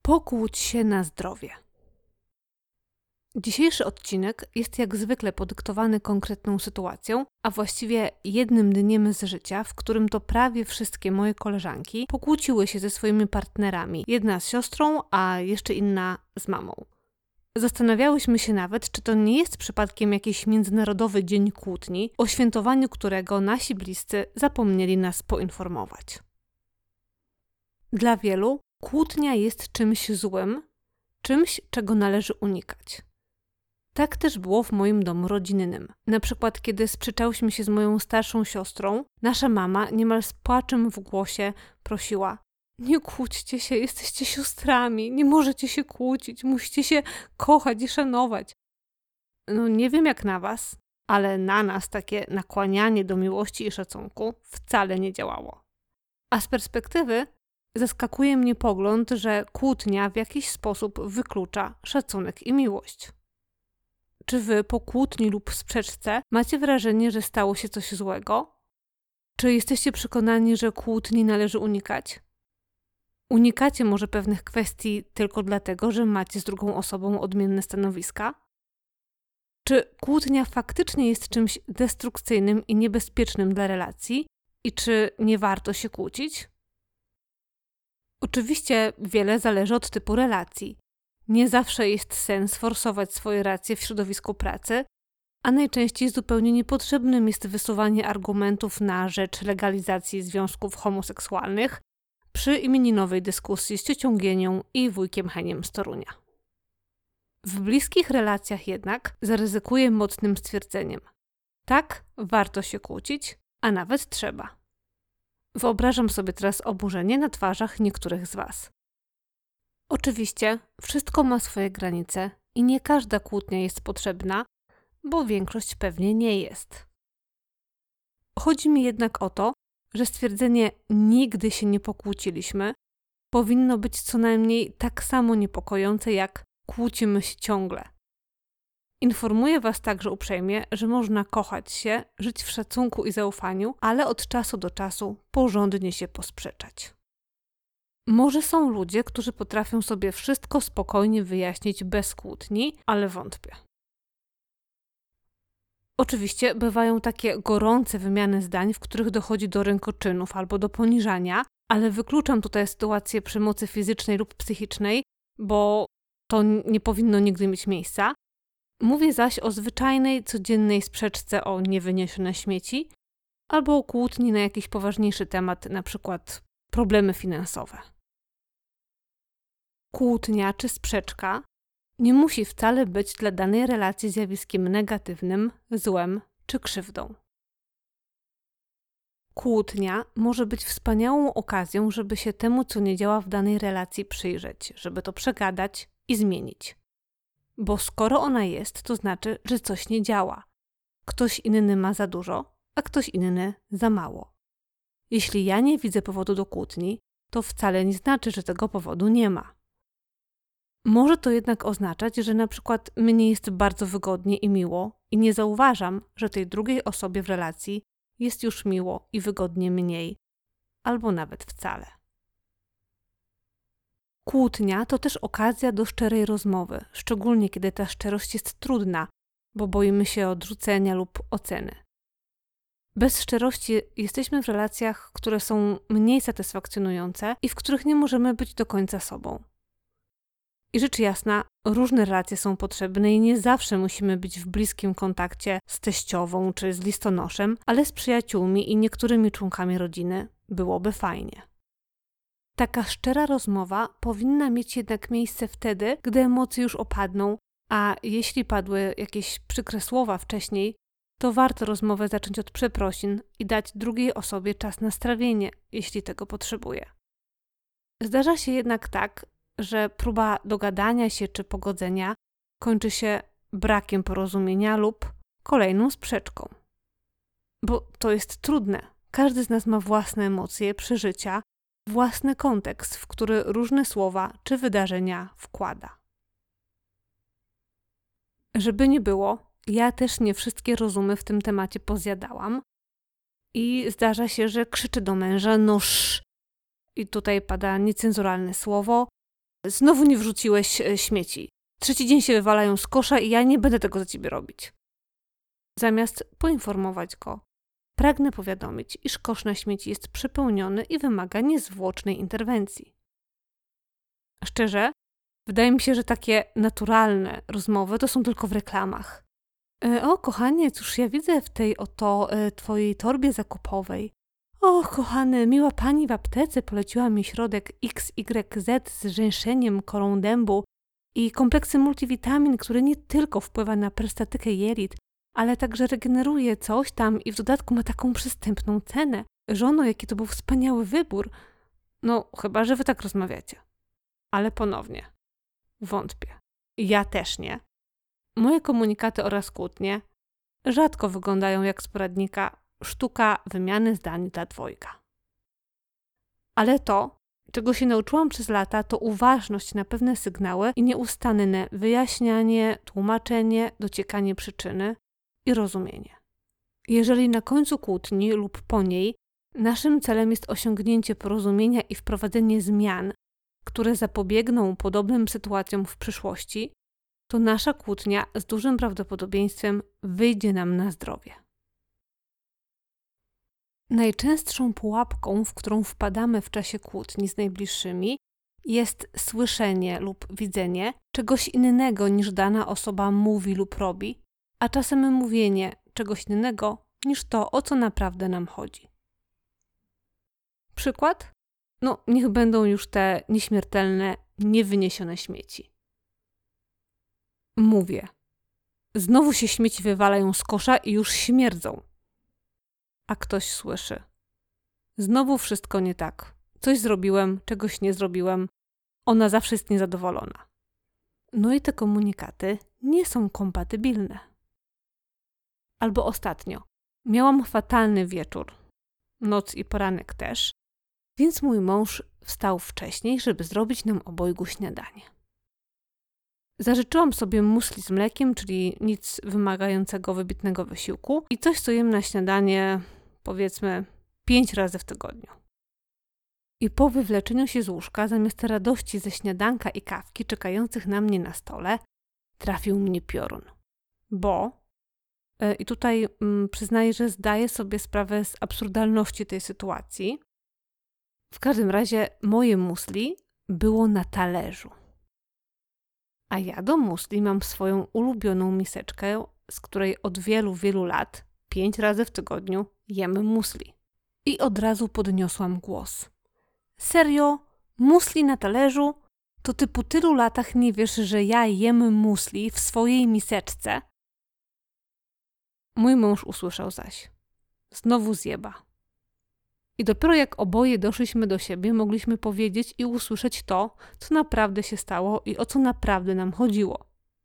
Pokłóć się na zdrowie. Dzisiejszy odcinek jest jak zwykle podyktowany konkretną sytuacją, a właściwie jednym dniem z życia, w którym to prawie wszystkie moje koleżanki pokłóciły się ze swoimi partnerami. Jedna z siostrą, a jeszcze inna z mamą. Zastanawiałyśmy się nawet, czy to nie jest przypadkiem jakiś Międzynarodowy Dzień Kłótni, o świętowaniu którego nasi bliscy zapomnieli nas poinformować. Dla wielu kłótnia jest czymś złym, czymś, czego należy unikać. Tak też było w moim domu rodzinnym. Na przykład, kiedy sprzeczałyśmy się z moją starszą siostrą, nasza mama niemal z płaczem w głosie prosiła: nie kłóćcie się, jesteście siostrami, nie możecie się kłócić, musicie się kochać i szanować. No nie wiem jak na was, ale na nas takie nakłanianie do miłości i szacunku wcale nie działało. A z perspektywy zaskakuje mnie pogląd, że kłótnia w jakiś sposób wyklucza szacunek i miłość. Czy wy po kłótni lub sprzeczce macie wrażenie, że stało się coś złego? Czy jesteście przekonani, że kłótni należy unikać? Unikacie może pewnych kwestii tylko dlatego, że macie z drugą osobą odmienne stanowiska? Czy kłótnia faktycznie jest czymś destrukcyjnym i niebezpiecznym dla relacji? I czy nie warto się kłócić? Oczywiście wiele zależy od typu relacji. Nie zawsze jest sens forsować swoje racje w środowisku pracy, a najczęściej zupełnie niepotrzebnym jest wysuwanie argumentów na rzecz legalizacji związków homoseksualnych przy imieninowej dyskusji z ciocią Gienią i wujkiem Heniem z Torunia. W bliskich relacjach jednak zaryzykuję mocnym stwierdzeniem: tak, warto się kłócić, a nawet trzeba. Wyobrażam sobie teraz oburzenie na twarzach niektórych z was. Oczywiście wszystko ma swoje granice i nie każda kłótnia jest potrzebna, bo większość pewnie nie jest. Chodzi mi jednak o to, że stwierdzenie nigdy się nie pokłóciliśmy powinno być co najmniej tak samo niepokojące jak kłócimy się ciągle. Informuję was także uprzejmie, że można kochać się, żyć w szacunku i zaufaniu, ale od czasu do czasu porządnie się posprzeczać. Może są ludzie, którzy potrafią sobie wszystko spokojnie wyjaśnić bez kłótni, ale wątpię. Oczywiście bywają takie gorące wymiany zdań, w których dochodzi do rękoczynów albo do poniżania, ale wykluczam tutaj sytuację przemocy fizycznej lub psychicznej, bo to nie powinno nigdy mieć miejsca. Mówię zaś o zwyczajnej, codziennej sprzeczce o niewyniesione śmieci albo o kłótni na jakiś poważniejszy temat, na przykład problemy finansowe. Kłótnia czy sprzeczka nie musi wcale być dla danej relacji zjawiskiem negatywnym, złem czy krzywdą. Kłótnia może być wspaniałą okazją, żeby się temu, co nie działa w danej relacji, przyjrzeć, żeby to przegadać i zmienić. Bo skoro ona jest, to znaczy, że coś nie działa. Ktoś inny ma za dużo, a ktoś inny za mało. Jeśli ja nie widzę powodu do kłótni, to wcale nie znaczy, że tego powodu nie ma. Może to jednak oznaczać, że na przykład mnie jest bardzo wygodnie i miło i nie zauważam, że tej drugiej osobie w relacji jest już miło i wygodnie mniej, albo nawet wcale. Kłótnia to też okazja do szczerej rozmowy, szczególnie kiedy ta szczerość jest trudna, bo boimy się odrzucenia lub oceny. Bez szczerości jesteśmy w relacjach, które są mniej satysfakcjonujące i w których nie możemy być do końca sobą. I rzecz jasna, różne relacje są potrzebne i nie zawsze musimy być w bliskim kontakcie z teściową czy z listonoszem, ale z przyjaciółmi i niektórymi członkami rodziny byłoby fajnie. Taka szczera rozmowa powinna mieć jednak miejsce wtedy, gdy emocje już opadną, a jeśli padły jakieś przykre słowa wcześniej, to warto rozmowę zacząć od przeprosin i dać drugiej osobie czas na strawienie, jeśli tego potrzebuje. Zdarza się jednak tak, że próba dogadania się czy pogodzenia kończy się brakiem porozumienia lub kolejną sprzeczką. Bo to jest trudne. Każdy z nas ma własne emocje, przeżycia, własny kontekst, w który różne słowa czy wydarzenia wkłada. Żeby nie było, ja też nie wszystkie rozumy w tym temacie pozjadałam i zdarza się, że krzyczę do męża: no sz! I tutaj pada niecenzuralne słowo, Znowu nie wrzuciłeś śmieci. 3. dzień się wywalają z kosza i ja nie będę tego za ciebie robić. Zamiast poinformować go, pragnę powiadomić, iż kosz na śmieci jest przepełniony i wymaga niezwłocznej interwencji. Szczerze, wydaje mi się, że takie naturalne rozmowy to są tylko w reklamach. O, kochanie, cóż ja widzę w tej oto twojej torbie zakupowej. O, kochany, miła pani w aptece poleciła mi środek XYZ z żeńszeniem, korą dębu i kompleksem multivitamin, który nie tylko wpływa na perstatykę jelit, ale także regeneruje coś tam i w dodatku ma taką przystępną cenę. Żono, jaki to był wspaniały wybór. No, chyba że wy tak rozmawiacie. Ale ponownie, wątpię. Ja też nie. Moje komunikaty oraz kłótnie rzadko wyglądają jak z poradnika sztuka wymiany zdań dla dwojga. Ale to, czego się nauczyłam przez lata, to uważność na pewne sygnały i nieustanne wyjaśnianie, tłumaczenie, dociekanie przyczyny i rozumienie. Jeżeli na końcu kłótni lub po niej naszym celem jest osiągnięcie porozumienia i wprowadzenie zmian, które zapobiegną podobnym sytuacjom w przyszłości, to nasza kłótnia z dużym prawdopodobieństwem wyjdzie nam na zdrowie. Najczęstszą pułapką, w którą wpadamy w czasie kłótni z najbliższymi, jest słyszenie lub widzenie czegoś innego niż dana osoba mówi lub robi, a czasem mówienie czegoś innego niż to, o co naprawdę nam chodzi. Przykład? No, niech będą już te nieśmiertelne, niewyniesione śmieci. Mówię. Znowu się śmieci wywalają z kosza i już śmierdzą. A ktoś słyszy. Znowu wszystko nie tak. Coś zrobiłem, czegoś nie zrobiłem. Ona zawsze jest niezadowolona. No i te komunikaty nie są kompatybilne. Albo ostatnio. Miałam fatalny wieczór. Noc i poranek też. Więc mój mąż wstał wcześniej, żeby zrobić nam obojgu śniadanie. Zażyczyłam sobie musli z mlekiem, czyli nic wymagającego wybitnego wysiłku i coś, co jem na śniadanie, powiedzmy, 5 razy w tygodniu. I po wywleczeniu się z łóżka, zamiast radości ze śniadanka i kawki czekających na mnie na stole, trafił mnie piorun. Bo, i tutaj przyznaję, że zdaję sobie sprawę z absurdalności tej sytuacji, w każdym razie moje musli było na talerzu. A ja do musli mam swoją ulubioną miseczkę, z której od wielu, wielu lat, 5 razy w tygodniu jem musli. I od razu podniosłam głos. Serio? Musli na talerzu? To ty po tylu latach nie wiesz, że ja jem musli w swojej miseczce? Mój mąż usłyszał zaś. Znowu zjeba. I dopiero jak oboje doszliśmy do siebie, mogliśmy powiedzieć i usłyszeć to, co naprawdę się stało i o co naprawdę nam chodziło.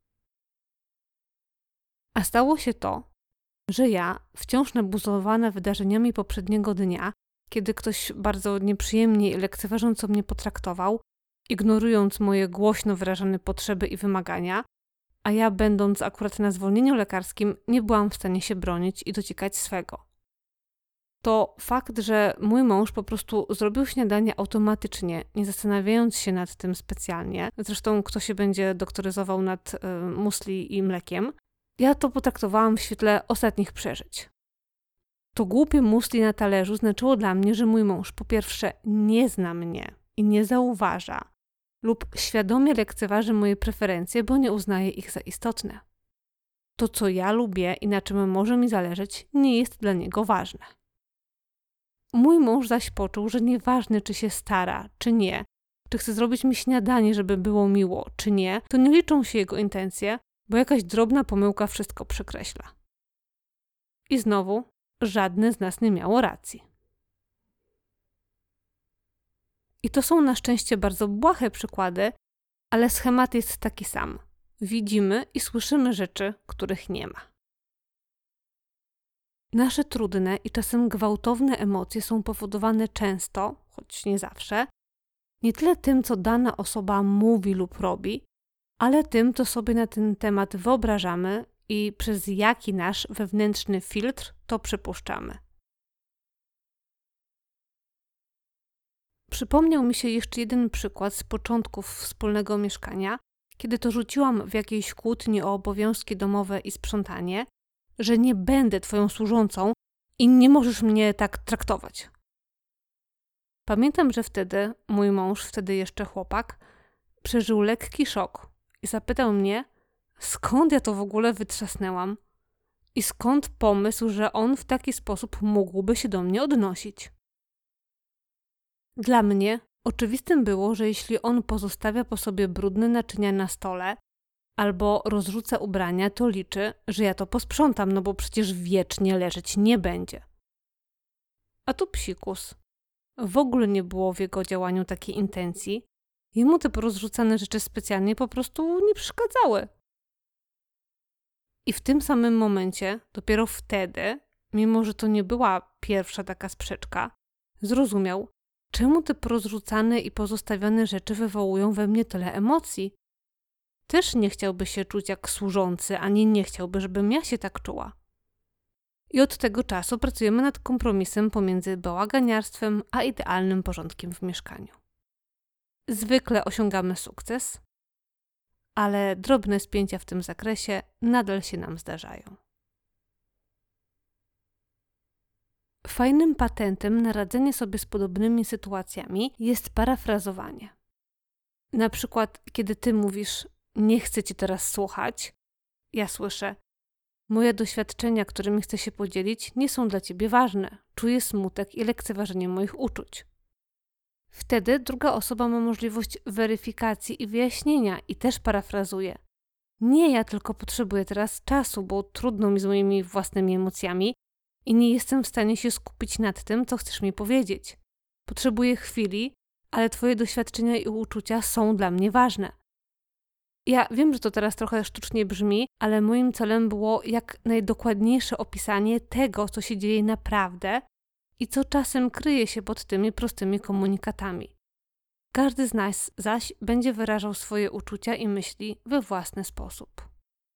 A stało się to, że ja, wciąż nabuzowana wydarzeniami poprzedniego dnia, kiedy ktoś bardzo nieprzyjemnie i lekceważąco mnie potraktował, ignorując moje głośno wyrażane potrzeby i wymagania, a ja, będąc akurat na zwolnieniu lekarskim, nie byłam w stanie się bronić i dociekać swego. To fakt, że mój mąż po prostu zrobił śniadanie automatycznie, nie zastanawiając się nad tym specjalnie. Zresztą kto się będzie doktoryzował nad musli i mlekiem. Ja to potraktowałam w świetle ostatnich przeżyć. To głupie musli na talerzu znaczyło dla mnie, że mój mąż po pierwsze nie zna mnie i nie zauważa lub świadomie lekceważy moje preferencje, bo nie uznaje ich za istotne. To, co ja lubię i na czym może mi zależeć, nie jest dla niego ważne. Mój mąż zaś poczuł, że nieważne, czy się stara, czy nie, czy chce zrobić mi śniadanie, żeby było miło, czy nie, to nie liczą się jego intencje, bo jakaś drobna pomyłka wszystko przekreśla. I znowu, żadne z nas nie miało racji. I to są na szczęście bardzo błahe przykłady, ale schemat jest taki sam. Widzimy i słyszymy rzeczy, których nie ma. Nasze trudne i czasem gwałtowne emocje są powodowane często, choć nie zawsze, nie tyle tym, co dana osoba mówi lub robi, ale tym, co sobie na ten temat wyobrażamy i przez jaki nasz wewnętrzny filtr to przypuszczamy. Przypomniał mi się jeszcze jeden przykład z początków wspólnego mieszkania, kiedy to rzuciłam w jakiejś kłótni o obowiązki domowe i sprzątanie, że nie będę twoją służącą i nie możesz mnie tak traktować. Pamiętam, że wtedy mój mąż, wtedy jeszcze chłopak, przeżył lekki szok i zapytał mnie, skąd ja to w ogóle wytrzasnęłam i skąd pomysł, że on w taki sposób mógłby się do mnie odnosić. Dla mnie oczywistym było, że jeśli on pozostawia po sobie brudne naczynia na stole albo rozrzuca ubrania, to liczy, że ja to posprzątam, no bo przecież wiecznie leżeć nie będzie. A tu psikus. W ogóle nie było w jego działaniu takiej intencji. Jemu te porozrzucane rzeczy specjalnie po prostu nie przeszkadzały. I w tym samym momencie, dopiero wtedy, mimo że to nie była pierwsza taka sprzeczka, zrozumiał, czemu te porozrzucane i pozostawione rzeczy wywołują we mnie tyle emocji. Też nie chciałby się czuć jak służący, ani nie chciałby, żebym ja się tak czuła. I od tego czasu pracujemy nad kompromisem pomiędzy bałaganiarstwem a idealnym porządkiem w mieszkaniu. Zwykle osiągamy sukces, ale drobne spięcia w tym zakresie nadal się nam zdarzają. Fajnym patentem na radzenie sobie z podobnymi sytuacjami jest parafrazowanie. Na przykład, kiedy ty mówisz, nie chcę cię teraz słuchać, ja słyszę, moje doświadczenia, którymi chcę się podzielić, nie są dla ciebie ważne. Czuję smutek i lekceważenie moich uczuć. Wtedy druga osoba ma możliwość weryfikacji i wyjaśnienia i też parafrazuje. Nie, ja tylko potrzebuję teraz czasu, bo trudno mi z moimi własnymi emocjami i nie jestem w stanie się skupić nad tym, co chcesz mi powiedzieć. Potrzebuję chwili, ale twoje doświadczenia i uczucia są dla mnie ważne. Ja wiem, że to teraz trochę sztucznie brzmi, ale moim celem było jak najdokładniejsze opisanie tego, co się dzieje naprawdę i co czasem kryje się pod tymi prostymi komunikatami. Każdy z nas zaś będzie wyrażał swoje uczucia i myśli we własny sposób.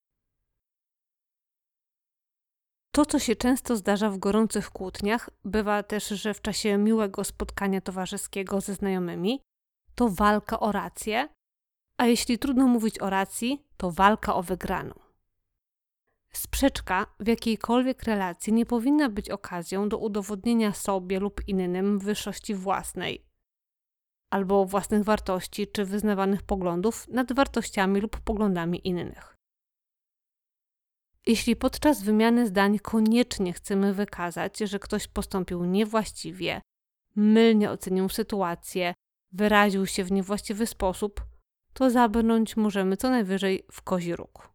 To, co się często zdarza w gorących kłótniach, bywa też, że w czasie miłego spotkania towarzyskiego ze znajomymi, to walka o rację, a jeśli trudno mówić o racji, to walka o wygraną. Sprzeczka w jakiejkolwiek relacji nie powinna być okazją do udowodnienia sobie lub innym wyższości własnej albo własnych wartości czy wyznawanych poglądów nad wartościami lub poglądami innych. Jeśli podczas wymiany zdań koniecznie chcemy wykazać, że ktoś postąpił niewłaściwie, mylnie ocenił sytuację, wyraził się w niewłaściwy sposób, to zabrnąć możemy co najwyżej w kozi róg.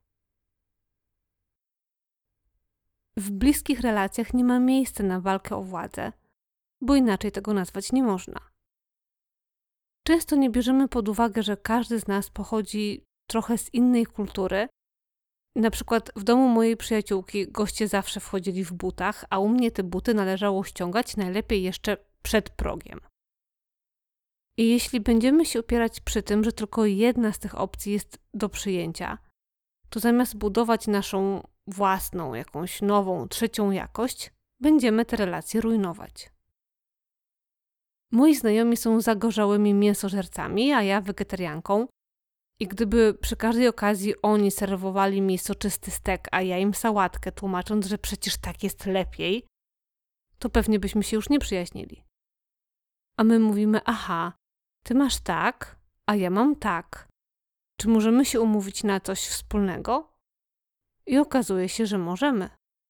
W bliskich relacjach nie ma miejsca na walkę o władzę, bo inaczej tego nazwać nie można. Często nie bierzemy pod uwagę, że każdy z nas pochodzi trochę z innej kultury. Na przykład w domu mojej przyjaciółki goście zawsze wchodzili w butach, a u mnie te buty należało ściągać najlepiej jeszcze przed progiem. I jeśli będziemy się opierać przy tym, że tylko jedna z tych opcji jest do przyjęcia, to zamiast budować naszą własną, jakąś nową, trzecią jakość, będziemy te relacje rujnować. Moi znajomi są zagorzałymi mięsożercami, a ja wegetarianką. I gdyby przy każdej okazji oni serwowali mi soczysty stek, a ja im sałatkę, tłumacząc, że przecież tak jest lepiej, to pewnie byśmy się już nie przyjaźnili. A my mówimy, aha, ty masz tak, a ja mam tak. Czy możemy się umówić na coś wspólnego? I okazuje się, że możemy.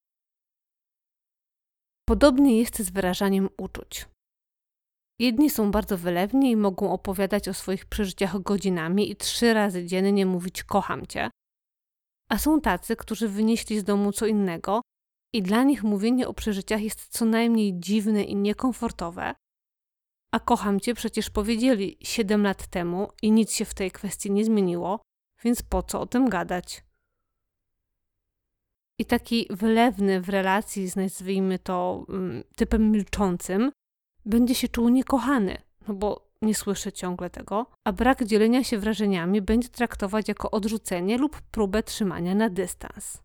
Podobnie jest z wyrażaniem uczuć. Jedni są bardzo wylewni i mogą opowiadać o swoich przeżyciach godzinami i 3 razy dziennie mówić kocham cię, a są tacy, którzy wynieśli z domu co innego i dla nich mówienie o przeżyciach jest co najmniej dziwne i niekomfortowe, a kocham cię przecież powiedzieli 7 lat temu i nic się w tej kwestii nie zmieniło, więc po co o tym gadać? I taki wylewny w relacji z, nazwijmy to, typem milczącym, będzie się czuł niekochany, no bo nie słyszy ciągle tego, a brak dzielenia się wrażeniami będzie traktować jako odrzucenie lub próbę trzymania na dystans.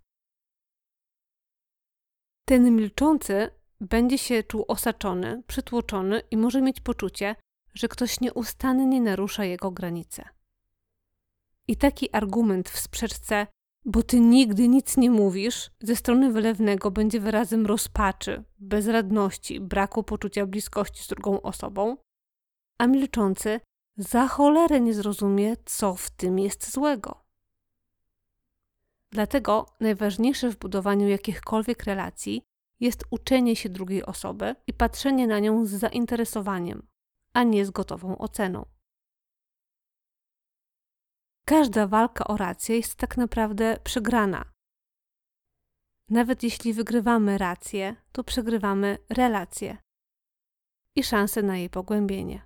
Ten milczący będzie się czuł osaczony, przytłoczony i może mieć poczucie, że ktoś nieustannie narusza jego granice. I taki argument w sprzeczce, bo ty nigdy nic nie mówisz, ze strony wylewnego będzie wyrazem rozpaczy, bezradności, braku poczucia bliskości z drugą osobą, a milczący za cholerę nie zrozumie, co w tym jest złego. Dlatego najważniejsze w budowaniu jakichkolwiek relacji jest uczenie się drugiej osoby i patrzenie na nią z zainteresowaniem, a nie z gotową oceną. Każda walka o rację jest tak naprawdę przegrana. Nawet jeśli wygrywamy rację, to przegrywamy relację i szansę na jej pogłębienie.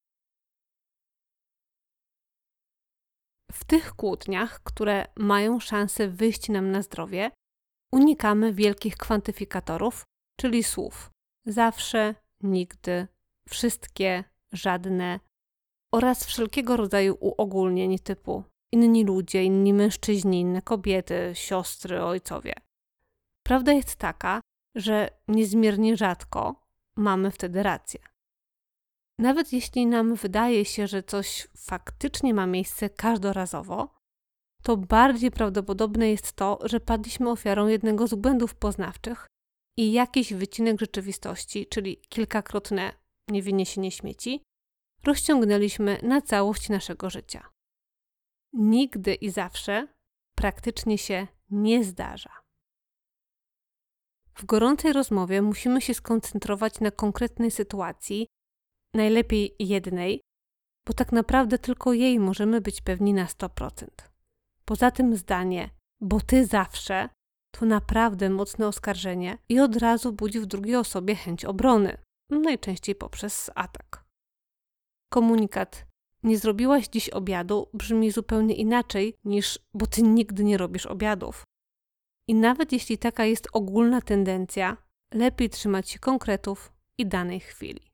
W tych kłótniach, które mają szansę wyjść nam na zdrowie, unikamy wielkich kwantyfikatorów, czyli słów zawsze, nigdy, wszystkie, żadne oraz wszelkiego rodzaju uogólnień typu inni ludzie, inni mężczyźni, inne kobiety, siostry, ojcowie. Prawda jest taka, że niezmiernie rzadko mamy wtedy rację. Nawet jeśli nam wydaje się, że coś faktycznie ma miejsce każdorazowo, to bardziej prawdopodobne jest to, że padliśmy ofiarą jednego z błędów poznawczych i jakiś wycinek rzeczywistości, czyli kilkakrotne niewyniesienie śmieci, rozciągnęliśmy na całość naszego życia. Nigdy i zawsze praktycznie się nie zdarza. W gorącej rozmowie musimy się skoncentrować na konkretnej sytuacji, najlepiej jednej, bo tak naprawdę tylko jej możemy być pewni na 100%. Poza tym zdanie, bo ty zawsze, to naprawdę mocne oskarżenie i od razu budzi w drugiej osobie chęć obrony, najczęściej poprzez atak. Komunikat nie zrobiłaś dziś obiadu brzmi zupełnie inaczej niż bo ty nigdy nie robisz obiadów. I nawet jeśli taka jest ogólna tendencja, lepiej trzymać się konkretów i danej chwili.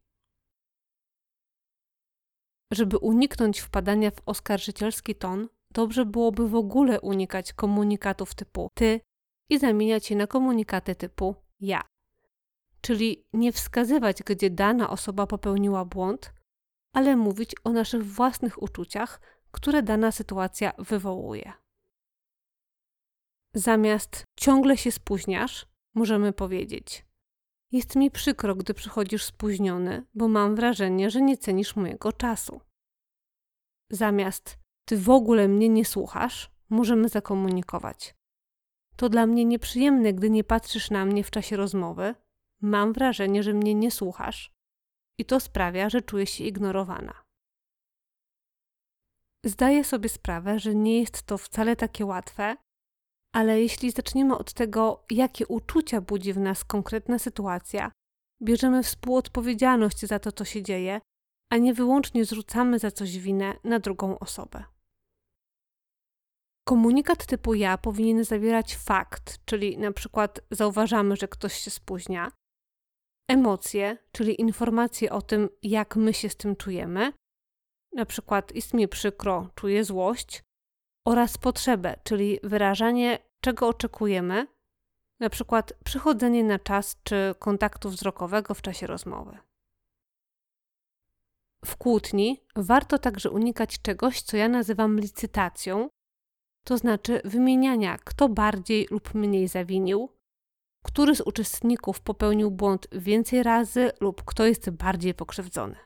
Żeby uniknąć wpadania w oskarżycielski ton, dobrze byłoby w ogóle unikać komunikatów typu ty i zamieniać je na komunikaty typu ja. Czyli nie wskazywać, gdzie dana osoba popełniła błąd, ale mówić o naszych własnych uczuciach, które dana sytuacja wywołuje. Zamiast ciągle się spóźniasz, możemy powiedzieć: jest mi przykro, gdy przychodzisz spóźniony, bo mam wrażenie, że nie cenisz mojego czasu. Zamiast ty w ogóle mnie nie słuchasz, możemy zakomunikować: to dla mnie nieprzyjemne, gdy nie patrzysz na mnie w czasie rozmowy, mam wrażenie, że mnie nie słuchasz i to sprawia, że czuję się ignorowana. Zdaję sobie sprawę, że nie jest to wcale takie łatwe, ale jeśli zaczniemy od tego, jakie uczucia budzi w nas konkretna sytuacja, bierzemy współodpowiedzialność za to, co się dzieje, a nie wyłącznie zrzucamy za coś winę na drugą osobę. Komunikat typu ja powinien zawierać fakt, czyli na przykład zauważamy, że ktoś się spóźnia, emocje, czyli informacje o tym, jak my się z tym czujemy, na przykład jest mi przykro, czuję złość, oraz potrzebę, czyli wyrażanie, czego oczekujemy, na przykład przychodzenie na czas czy kontaktu wzrokowego w czasie rozmowy. W kłótni warto także unikać czegoś, co ja nazywam licytacją, to znaczy wymieniania, kto bardziej lub mniej zawinił, który z uczestników popełnił błąd więcej razy lub kto jest bardziej pokrzywdzony.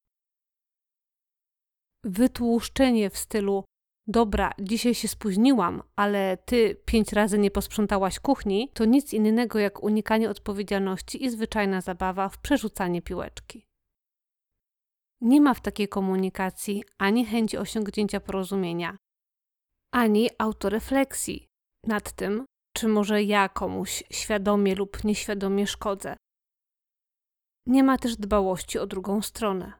Wytłuszczenie w stylu: dobra, dzisiaj się spóźniłam, ale ty 5 razy nie posprzątałaś kuchni, to nic innego jak unikanie odpowiedzialności i zwyczajna zabawa w przerzucanie piłeczki. Nie ma w takiej komunikacji ani chęci osiągnięcia porozumienia, ani autorefleksji nad tym, czy może ja komuś świadomie lub nieświadomie szkodzę. Nie ma też dbałości o drugą stronę.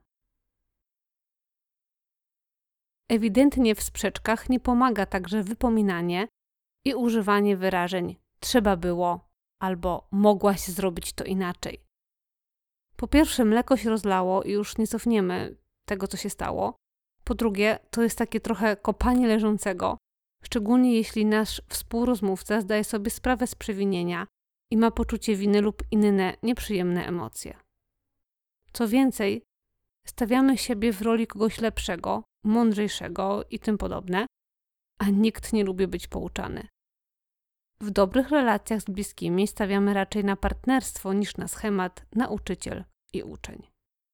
Ewidentnie w sprzeczkach nie pomaga także wypominanie i używanie wyrażeń trzeba było albo mogłaś zrobić to inaczej. Po pierwsze, mleko się rozlało i już nie cofniemy tego, co się stało. Po drugie, to jest takie trochę kopanie leżącego, szczególnie jeśli nasz współrozmówca zdaje sobie sprawę z przewinienia i ma poczucie winy lub inne nieprzyjemne emocje. Co więcej, Stawiamy siebie w roli kogoś lepszego, mądrzejszego i tym podobne, a nikt nie lubi być pouczany. W dobrych relacjach z bliskimi stawiamy raczej na partnerstwo niż na schemat nauczyciel i uczeń.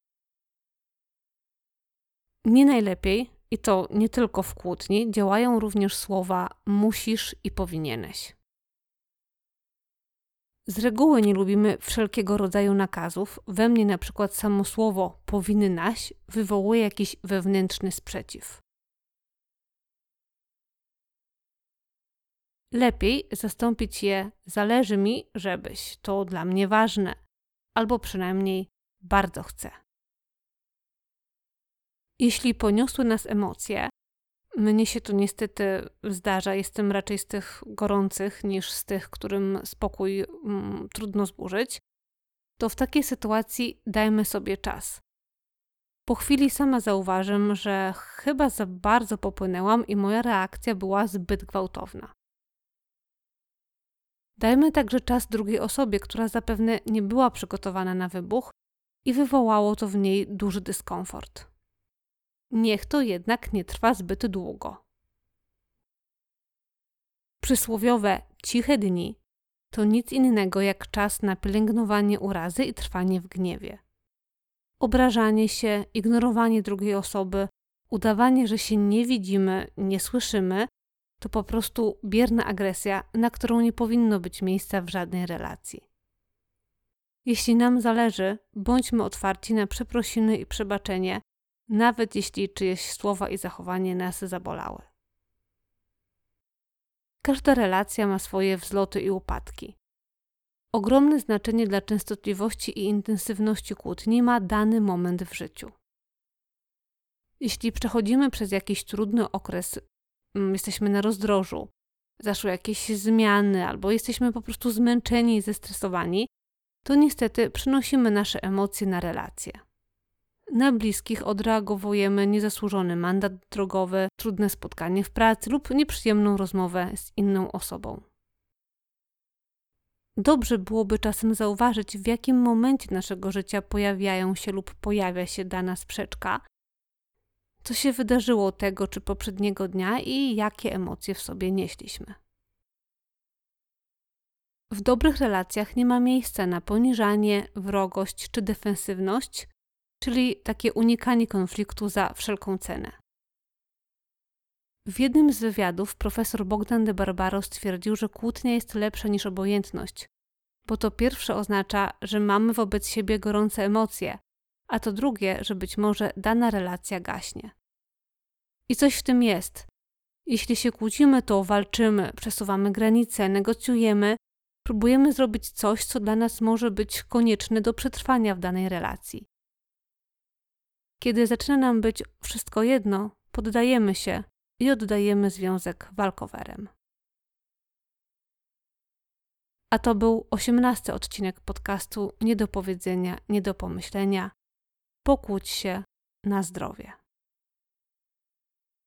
Nie najlepiej, i to nie tylko w kłótni, działają również słowa musisz i powinieneś. Z reguły nie lubimy wszelkiego rodzaju nakazów. We mnie na przykład samo słowo powinnaś wywołuje jakiś wewnętrzny sprzeciw. Lepiej zastąpić je zależy mi, żebyś, to dla mnie ważne, albo przynajmniej bardzo chcę. Jeśli poniosły nas emocje, mnie się to niestety zdarza, jestem raczej z tych gorących niż z tych, którym spokój trudno zburzyć, to w takiej sytuacji dajmy sobie czas. Po chwili sama zauważam, że chyba za bardzo popłynęłam i moja reakcja była zbyt gwałtowna. Dajmy także czas drugiej osobie, która zapewne nie była przygotowana na wybuch i wywołało to w niej duży dyskomfort. Niech to jednak nie trwa zbyt długo. Przysłowiowe ciche dni to nic innego jak czas na pielęgnowanie urazy i trwanie w gniewie. Obrażanie się, ignorowanie drugiej osoby, udawanie, że się nie widzimy, nie słyszymy, to po prostu bierna agresja, na którą nie powinno być miejsca w żadnej relacji. Jeśli nam zależy, bądźmy otwarci na przeprosiny i przebaczenie, nawet jeśli czyjeś słowa i zachowanie nas zabolały. Każda relacja ma swoje wzloty i upadki. Ogromne znaczenie dla częstotliwości i intensywności kłótni ma dany moment w życiu. Jeśli przechodzimy przez jakiś trudny okres, jesteśmy na rozdrożu, zaszły jakieś zmiany albo jesteśmy po prostu zmęczeni i zestresowani, to niestety przenosimy nasze emocje na relacje. Na bliskich odreagowujemy niezasłużony mandat drogowy, trudne spotkanie w pracy lub nieprzyjemną rozmowę z inną osobą. Dobrze byłoby czasem zauważyć, w jakim momencie naszego życia pojawiają się lub pojawia się dana sprzeczka, co się wydarzyło tego czy poprzedniego dnia i jakie emocje w sobie nieśliśmy. W dobrych relacjach nie ma miejsca na poniżanie, wrogość czy defensywność, czyli takie unikanie konfliktu za wszelką cenę. W jednym z wywiadów profesor Bogdan de Barbaro stwierdził, że kłótnia jest lepsza niż obojętność, bo to pierwsze oznacza, że mamy wobec siebie gorące emocje, a to drugie, że być może dana relacja gaśnie. I coś w tym jest. Jeśli się kłócimy, to walczymy, przesuwamy granice, negocjujemy, próbujemy zrobić coś, co dla nas może być konieczne do przetrwania w danej relacji. Kiedy zaczyna nam być wszystko jedno, poddajemy się i oddajemy związek walkowerem. A to był 18 odcinek podcastu Nie do powiedzenia, nie do pomyślenia. Pokłóć się na zdrowie.